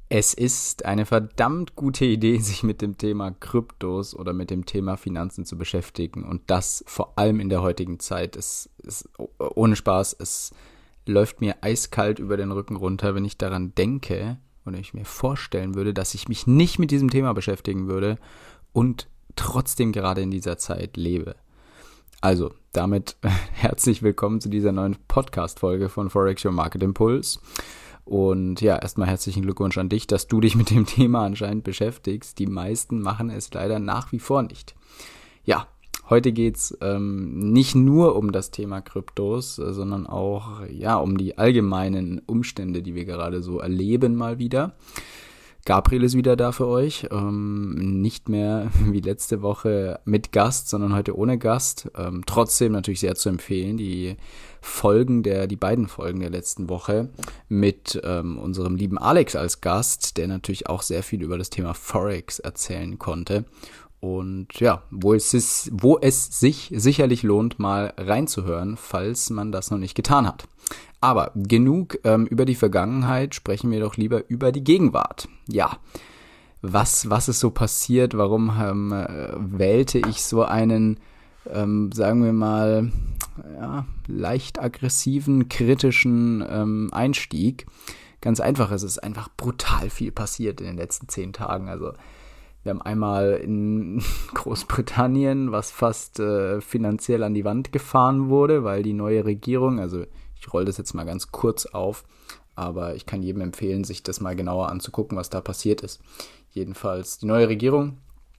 Es ist eine verdammt gute Idee, sich mit dem Thema Kryptos oder mit dem Thema Finanzen zu beschäftigen. Und das vor allem in der heutigen Zeit. Es ist ohne Spaß, es läuft mir eiskalt über den Rücken runter, wenn ich daran denke oder ich mir vorstellen würde, dass ich mich nicht mit diesem Thema beschäftigen würde und trotzdem gerade in dieser Zeit lebe. Also, damit herzlich willkommen zu dieser neuen Podcast-Folge von Forex Your Market Impulse. Und ja, erstmal herzlichen Glückwunsch an dich, dass du dich mit dem Thema anscheinend beschäftigst. Die meisten machen es leider nach wie vor nicht. Ja, heute geht's nicht nur um das Thema Kryptos, sondern auch um die allgemeinen Umstände, die wir gerade so erleben mal wieder. Gabriel ist wieder da für euch, nicht mehr wie letzte Woche mit Gast, sondern heute ohne Gast. Trotzdem natürlich sehr zu empfehlen, die beiden Folgen der letzten Woche mit unserem lieben Alex als Gast, der natürlich auch sehr viel über das Thema Forex erzählen konnte. Und ja, wo es sich sicherlich lohnt, mal reinzuhören, falls man das noch nicht getan hat. Aber genug über die Vergangenheit, sprechen wir doch lieber über die Gegenwart. Ja, was ist so passiert? Warum wählte ich so einen, sagen wir mal, leicht aggressiven, kritischen Einstieg? Ganz einfach, es ist einfach brutal viel passiert in den letzten 10 Tagen. Also wir haben einmal in Großbritannien, was fast finanziell an die Wand gefahren wurde, weil die neue Regierung, also ich rolle das jetzt mal ganz kurz auf, aber ich kann jedem empfehlen, sich das mal genauer anzugucken, was da passiert ist. Jedenfalls, die neue Regierung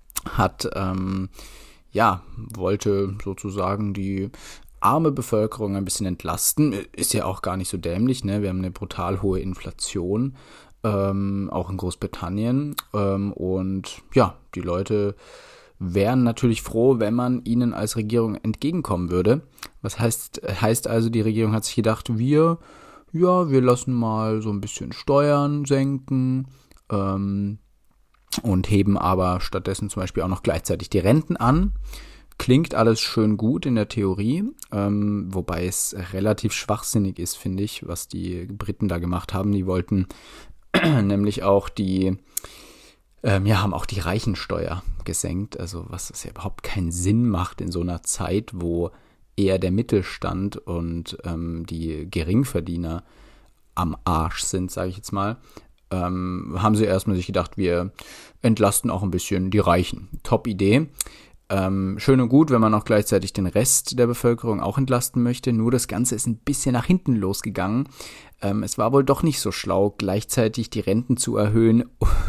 wollte sozusagen die arme Bevölkerung ein bisschen entlasten. Ist ja auch gar nicht so dämlich, ne? Wir haben eine brutal hohe Inflation, auch in Großbritannien. Und ja, die Leute wären natürlich froh, wenn man ihnen als Regierung entgegenkommen würde. Was heißt also, die Regierung hat sich gedacht, wir lassen mal so ein bisschen Steuern senken und heben aber stattdessen zum Beispiel auch noch gleichzeitig die Renten an. Klingt alles schön gut in der Theorie, wobei es relativ schwachsinnig ist, finde ich, was die Briten da gemacht haben. Die wollten nämlich auch haben auch die Reichensteuer gesenkt, also was ja überhaupt keinen Sinn macht in so einer Zeit, wo eher der Mittelstand und die Geringverdiener am Arsch sind, sage ich jetzt mal, haben sie erstmal sich gedacht, wir entlasten auch ein bisschen die Reichen. Top Idee. Schön und gut, wenn man auch gleichzeitig den Rest der Bevölkerung auch entlasten möchte. Nur das Ganze ist ein bisschen nach hinten losgegangen. Es war wohl doch nicht so schlau, gleichzeitig die Renten zu erhöhen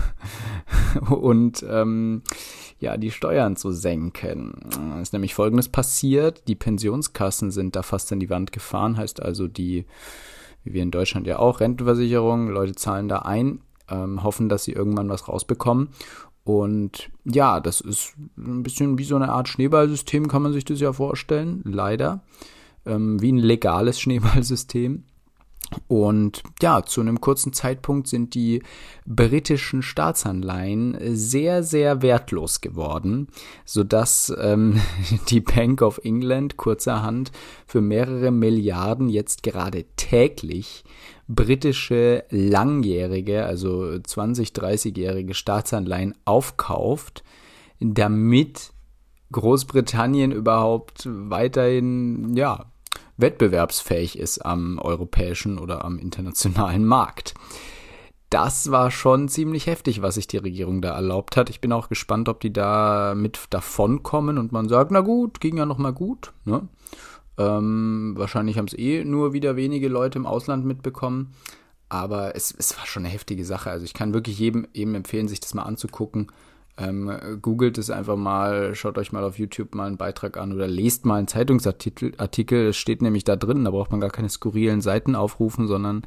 und die Steuern zu senken. Es ist nämlich Folgendes passiert. Die Pensionskassen sind da fast an die Wand gefahren. Heißt also wie wir in Deutschland ja auch, Rentenversicherung. Leute zahlen da ein, hoffen, dass sie irgendwann was rausbekommen. Und ja, das ist ein bisschen wie so eine Art Schneeballsystem, kann man sich das ja vorstellen, leider. Wie ein legales Schneeballsystem. Und ja, zu einem kurzen Zeitpunkt sind die britischen Staatsanleihen sehr, sehr wertlos geworden, sodass die Bank of England kurzerhand für mehrere Milliarden jetzt gerade täglich britische langjährige, also 20-, 30-jährige Staatsanleihen aufkauft, damit Großbritannien überhaupt weiterhin, wettbewerbsfähig ist am europäischen oder am internationalen Markt. Das war schon ziemlich heftig, was sich die Regierung da erlaubt hat. Ich bin auch gespannt, ob die da mit davonkommen und man sagt, na gut, ging ja noch mal gut, ne? Wahrscheinlich haben es nur wieder wenige Leute im Ausland mitbekommen, aber es war schon eine heftige Sache. Also ich kann wirklich jedem empfehlen, sich das mal anzugucken. Googelt es einfach mal, schaut euch mal auf YouTube mal einen Beitrag an oder lest mal einen Zeitungsartikel. Es steht nämlich da drin, da braucht man gar keine skurrilen Seiten aufrufen, sondern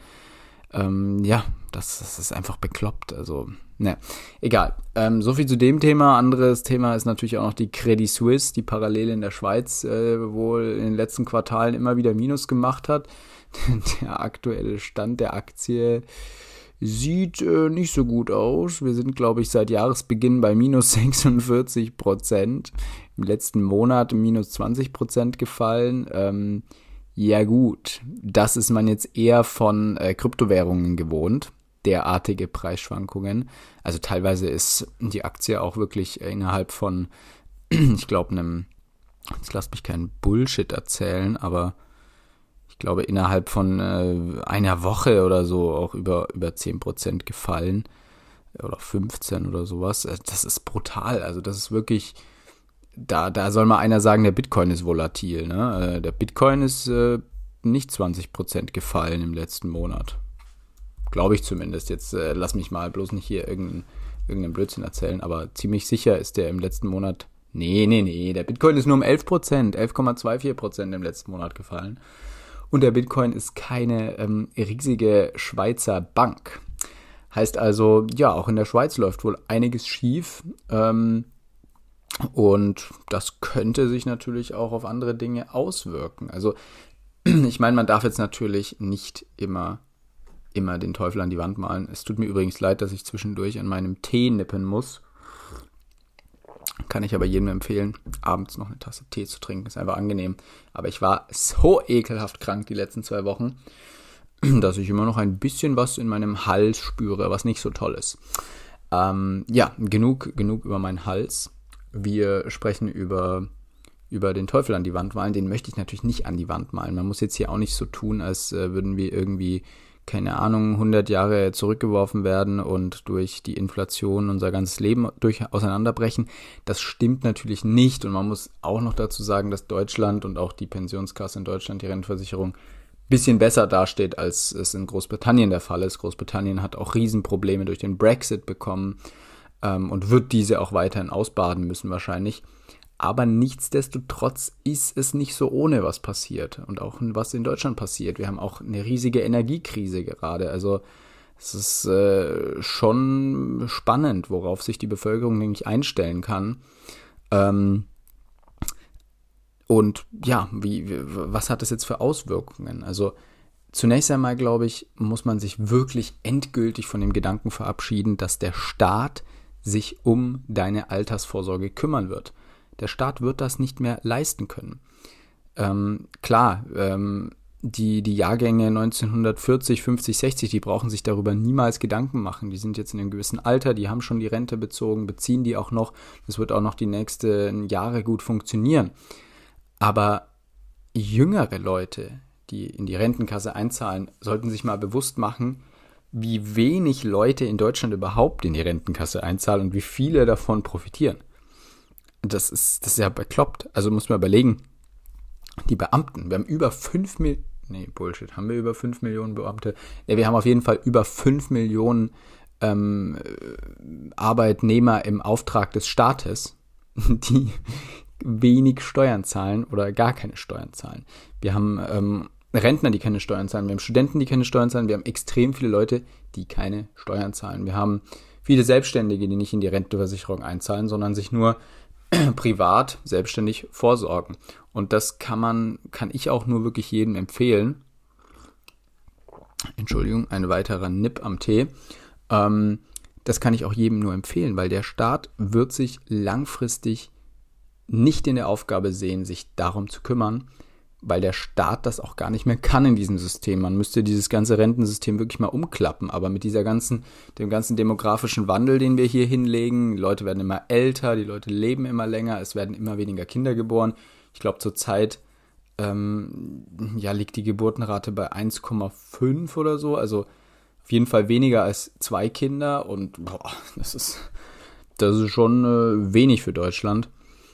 das ist einfach bekloppt. Also, ne, egal. So viel zu dem Thema. Anderes Thema ist natürlich auch noch die Credit Suisse, die parallel in der Schweiz wohl in den letzten Quartalen immer wieder Minus gemacht hat. Der aktuelle Stand der Aktie sieht nicht so gut aus. Wir sind, glaube ich, seit Jahresbeginn bei minus 46%. Im letzten Monat minus 20% gefallen. Ja gut, das ist man jetzt eher von Kryptowährungen gewohnt. derartige Preisschwankungen. Also teilweise ist die Aktie auch wirklich innerhalb von, ich glaube, jetzt lasst mich keinen Bullshit erzählen, aber ich glaube innerhalb von einer Woche oder so auch über 10% gefallen. Oder 15 oder sowas. Das ist brutal. Also das ist wirklich, da soll mal einer sagen, der Bitcoin ist volatil. Ne? Der Bitcoin ist nicht 20% gefallen im letzten Monat. Glaube ich zumindest. Jetzt lass mich mal bloß nicht hier irgendeinen Blödsinn erzählen, aber ziemlich sicher ist der im letzten Monat, nee, der Bitcoin ist nur um 11%, 11,24% im letzten Monat gefallen. Und der Bitcoin ist keine riesige Schweizer Bank. Heißt also, ja, auch in der Schweiz läuft wohl einiges schief. Und das könnte sich natürlich auch auf andere Dinge auswirken. Also ich meine, man darf jetzt natürlich nicht immer den Teufel an die Wand malen. Es tut mir übrigens leid, dass ich zwischendurch an meinem Tee nippen muss. Kann ich aber jedem empfehlen, abends noch eine Tasse Tee zu trinken. Ist einfach angenehm. Aber ich war so ekelhaft krank die letzten 2 Wochen, dass ich immer noch ein bisschen was in meinem Hals spüre, was nicht so toll ist. Ja, genug über meinen Hals. Wir sprechen über den Teufel an die Wand malen. Den möchte ich natürlich nicht an die Wand malen. Man muss jetzt hier auch nicht so tun, als würden wir irgendwie, keine Ahnung, 100 Jahre zurückgeworfen werden und durch die Inflation unser ganzes Leben auseinanderbrechen. Das stimmt natürlich nicht. Und man muss auch noch dazu sagen, dass Deutschland und auch die Pensionskasse in Deutschland, die Rentenversicherung, bisschen besser dasteht, als es in Großbritannien der Fall ist. Großbritannien hat auch Riesenprobleme durch den Brexit bekommen und wird diese auch weiterhin ausbaden müssen wahrscheinlich. Aber nichtsdestotrotz ist es nicht so ohne, was passiert und auch was in Deutschland passiert. Wir haben auch eine riesige Energiekrise gerade. Also es ist schon spannend, worauf sich die Bevölkerung nämlich einstellen kann. Und ja, was hat das jetzt für Auswirkungen? Also zunächst einmal, glaube ich, muss man sich wirklich endgültig von dem Gedanken verabschieden, dass der Staat sich um deine Altersvorsorge kümmern wird. Der Staat wird das nicht mehr leisten können. Die Jahrgänge 1940, 50, 60, die brauchen sich darüber niemals Gedanken machen. Die sind jetzt in einem gewissen Alter, die haben schon die Rente bezogen, beziehen die auch noch. Das wird auch noch die nächsten Jahre gut funktionieren. Aber jüngere Leute, die in die Rentenkasse einzahlen, sollten sich mal bewusst machen, wie wenig Leute in Deutschland überhaupt in die Rentenkasse einzahlen und wie viele davon profitieren. Das ist ja bekloppt. Also muss man überlegen, die Beamten, wir haben über 5 Millionen, haben wir über 5 Millionen Beamte? Ja, wir haben auf jeden Fall über 5 Millionen Arbeitnehmer im Auftrag des Staates, die wenig Steuern zahlen oder gar keine Steuern zahlen. Wir haben Rentner, die keine Steuern zahlen. Wir haben Studenten, die keine Steuern zahlen. Wir haben extrem viele Leute, die keine Steuern zahlen. Wir haben viele Selbstständige, die nicht in die Rentenversicherung einzahlen, sondern sich nur privat selbstständig vorsorgen. Und das kann ich auch nur wirklich jedem empfehlen. Entschuldigung, ein weiterer Nipp am Tee. Das kann ich auch jedem nur empfehlen, weil der Staat wird sich langfristig nicht in der Aufgabe sehen, sich darum zu kümmern, weil der Staat das auch gar nicht mehr kann in diesem System. Man müsste dieses ganze Rentensystem wirklich mal umklappen, aber mit dem ganzen demografischen Wandel, den wir hier hinlegen, die Leute werden immer älter, die Leute leben immer länger, es werden immer weniger Kinder geboren. Ich glaube, zurzeit liegt die Geburtenrate bei 1,5 oder so, also auf jeden Fall weniger als 2 Kinder und das ist schon wenig für Deutschland.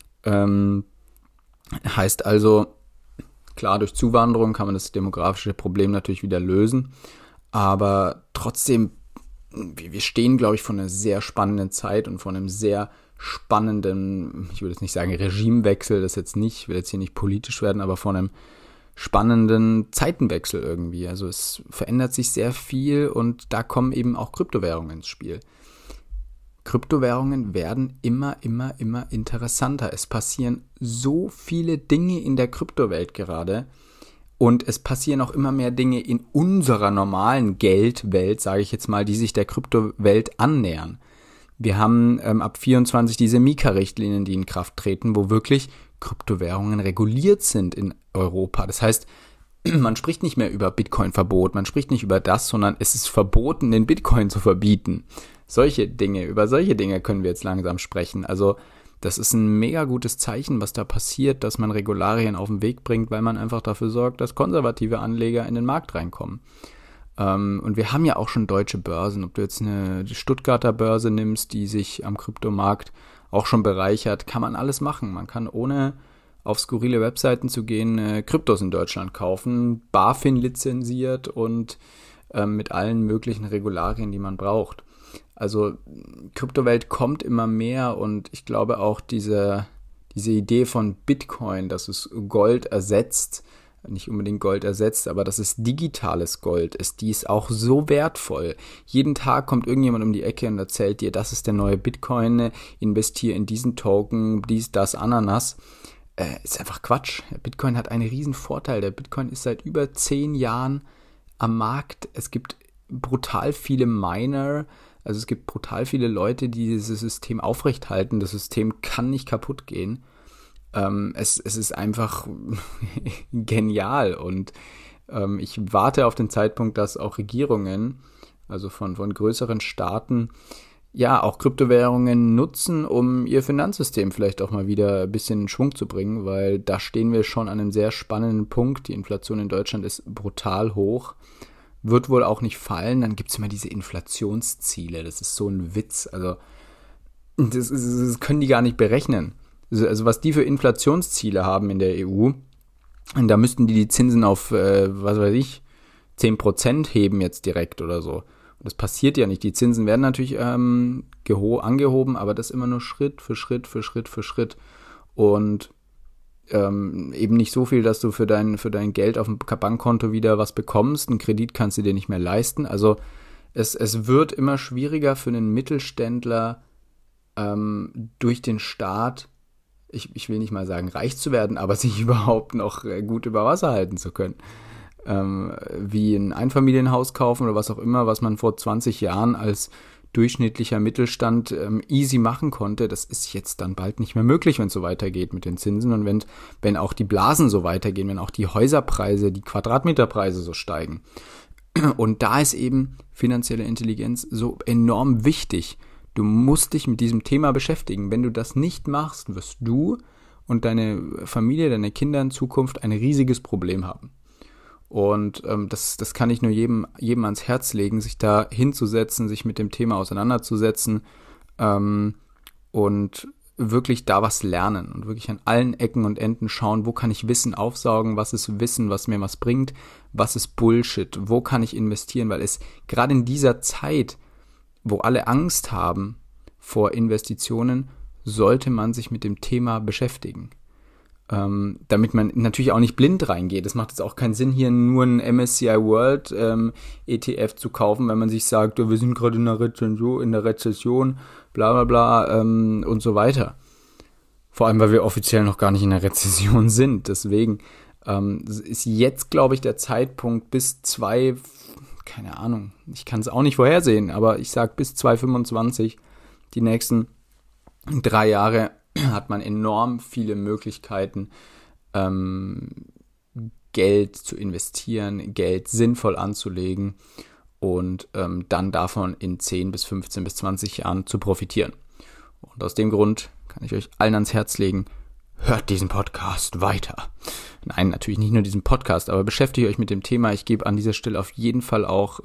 Heißt also, klar, durch Zuwanderung kann man das demografische Problem natürlich wieder lösen, aber trotzdem, wir stehen, glaube ich, vor einer sehr spannenden Zeit und vor einem sehr spannenden, ich würde jetzt nicht sagen Regimewechsel, das jetzt nicht, ich will jetzt hier nicht politisch werden, aber vor einem spannenden Zeitenwechsel irgendwie. Also es verändert sich sehr viel und da kommen eben auch Kryptowährungen ins Spiel. Kryptowährungen werden immer interessanter. Es passieren so viele Dinge in der Kryptowelt gerade und es passieren auch immer mehr Dinge in unserer normalen Geldwelt, sage ich jetzt mal, die sich der Kryptowelt annähern. Wir haben ab 24 diese Mika-Richtlinien, die in Kraft treten, wo wirklich Kryptowährungen reguliert sind in Europa. Das heißt, Man spricht nicht mehr über Bitcoin-Verbot, man spricht nicht über das, sondern es ist verboten, den Bitcoin zu verbieten. Über solche Dinge können wir jetzt langsam sprechen. Also das ist ein mega gutes Zeichen, was da passiert, dass man Regularien auf den Weg bringt, weil man einfach dafür sorgt, dass konservative Anleger in den Markt reinkommen. Und wir haben ja auch schon deutsche Börsen. Ob du jetzt eine Stuttgarter Börse nimmst, die sich am Kryptomarkt auch schon bereichert, kann man alles machen. Man kann ohne auf skurrile Webseiten zu gehen, Kryptos in Deutschland kaufen, BaFin lizenziert und mit allen möglichen Regularien, die man braucht. Also Kryptowelt kommt immer mehr und ich glaube auch diese Idee von Bitcoin, dass es Gold ersetzt, nicht unbedingt Gold ersetzt, aber dass es digitales Gold ist, die ist auch so wertvoll. Jeden Tag kommt irgendjemand um die Ecke und erzählt dir, das ist der neue Bitcoin, investiere in diesen Token, dies, das, Ananas. Ist einfach Quatsch. Bitcoin hat einen riesen Vorteil. Der Bitcoin ist seit über 10 Jahren am Markt. Es gibt brutal viele Miner, also es gibt brutal viele Leute, die dieses System aufrechthalten. Das System kann nicht kaputt gehen. Es ist einfach genial und ich warte auf den Zeitpunkt, dass auch Regierungen, also von größeren Staaten, ja, auch Kryptowährungen nutzen, um ihr Finanzsystem vielleicht auch mal wieder ein bisschen in Schwung zu bringen, weil da stehen wir schon an einem sehr spannenden Punkt. Die Inflation in Deutschland ist brutal hoch, wird wohl auch nicht fallen. Dann gibt es immer diese Inflationsziele, das ist so ein Witz, also das können die gar nicht berechnen. Also was die für Inflationsziele haben in der EU, und da müssten die Zinsen auf, 10% heben jetzt direkt oder so. Und das passiert ja nicht. Die Zinsen werden natürlich angehoben, aber das immer nur Schritt für Schritt für Schritt für Schritt. Und eben nicht so viel, dass du für dein Geld auf dem Bankkonto wieder was bekommst. Einen Kredit kannst du dir nicht mehr leisten. Also es wird immer schwieriger für einen Mittelständler durch den Staat, ich will nicht mal sagen reich zu werden, aber sich überhaupt noch gut über Wasser halten zu können. Wie ein Einfamilienhaus kaufen oder was auch immer, was man vor 20 Jahren als durchschnittlicher Mittelstand easy machen konnte, das ist jetzt dann bald nicht mehr möglich, wenn es so weitergeht mit den Zinsen und wenn auch die Blasen so weitergehen, wenn auch die Häuserpreise, die Quadratmeterpreise so steigen. Und da ist eben finanzielle Intelligenz so enorm wichtig. Du musst dich mit diesem Thema beschäftigen. Wenn du das nicht machst, wirst du und deine Familie, deine Kinder in Zukunft ein riesiges Problem haben. Und das kann ich nur jedem ans Herz legen, sich da hinzusetzen, sich mit dem Thema auseinanderzusetzen und wirklich da was lernen und wirklich an allen Ecken und Enden schauen, wo kann ich Wissen aufsaugen, was ist Wissen, was mir was bringt, was ist Bullshit, wo kann ich investieren, weil es gerade in dieser Zeit, wo alle Angst haben vor Investitionen, sollte man sich mit dem Thema beschäftigen. Damit man natürlich auch nicht blind reingeht. Es macht jetzt auch keinen Sinn, hier nur einen MSCI World ETF zu kaufen, wenn man sich sagt, wir sind gerade in der Rezession, bla bla bla und so weiter. Vor allem, weil wir offiziell noch gar nicht in der Rezession sind. Deswegen ist jetzt, glaube ich, der Zeitpunkt keine Ahnung, ich kann es auch nicht vorhersehen, aber ich sage bis 2025, die nächsten 3 Jahre, hat man enorm viele Möglichkeiten, Geld zu investieren, Geld sinnvoll anzulegen und dann davon in 10 bis 15 bis 20 Jahren zu profitieren. Und aus dem Grund kann ich euch allen ans Herz legen, hört diesen Podcast weiter. Nein, natürlich nicht nur diesen Podcast, aber beschäftigt euch mit dem Thema. Ich gebe an dieser Stelle auf jeden Fall auch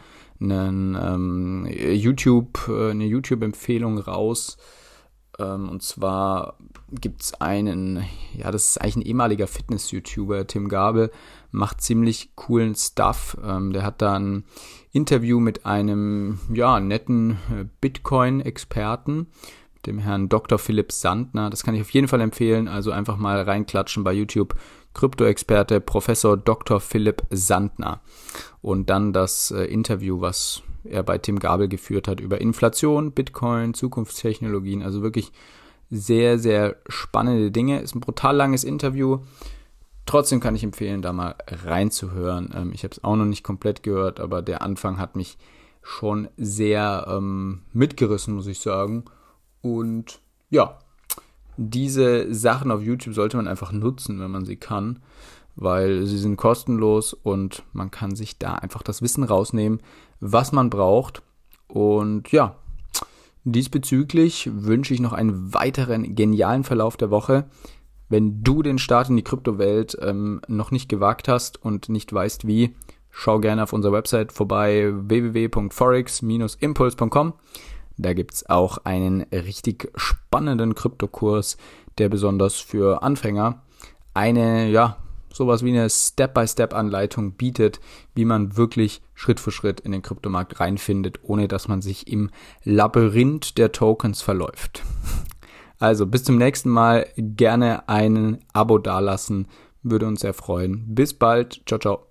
eine YouTube-Empfehlung raus. Und zwar gibt's das ist eigentlich ein ehemaliger Fitness-YouTuber, Tim Gabel, macht ziemlich coolen Stuff. Der hat da ein Interview mit einem, netten Bitcoin-Experten, dem Herrn Dr. Philipp Sandner. Das kann ich auf jeden Fall empfehlen. Also einfach mal reinklatschen bei YouTube. Krypto-Experte Professor Dr. Philipp Sandner. Und dann das Interview, was er bei Tim Gabel geführt hat über Inflation, Bitcoin, Zukunftstechnologien. Also wirklich sehr, sehr spannende Dinge. Ist ein brutal langes Interview. Trotzdem kann ich empfehlen, da mal reinzuhören. Ich habe es auch noch nicht komplett gehört, aber der Anfang hat mich schon sehr mitgerissen, muss ich sagen. Und ja, diese Sachen auf YouTube sollte man einfach nutzen, wenn man sie kann, weil sie sind kostenlos und man kann sich da einfach das Wissen rausnehmen, was man braucht. Und ja, diesbezüglich wünsche ich noch einen weiteren genialen Verlauf der Woche. Wenn du den Start in die Kryptowelt noch nicht gewagt hast und nicht weißt wie, schau gerne auf unserer Website vorbei, www.forex-impuls.com. Da gibt's auch einen richtig spannenden Kryptokurs, der besonders für Anfänger sowas wie eine Step-by-Step-Anleitung bietet, wie man wirklich Schritt für Schritt in den Kryptomarkt reinfindet, ohne dass man sich im Labyrinth der Tokens verläuft. Also bis zum nächsten Mal, gerne ein Abo dalassen, würde uns sehr freuen. Bis bald, ciao, ciao.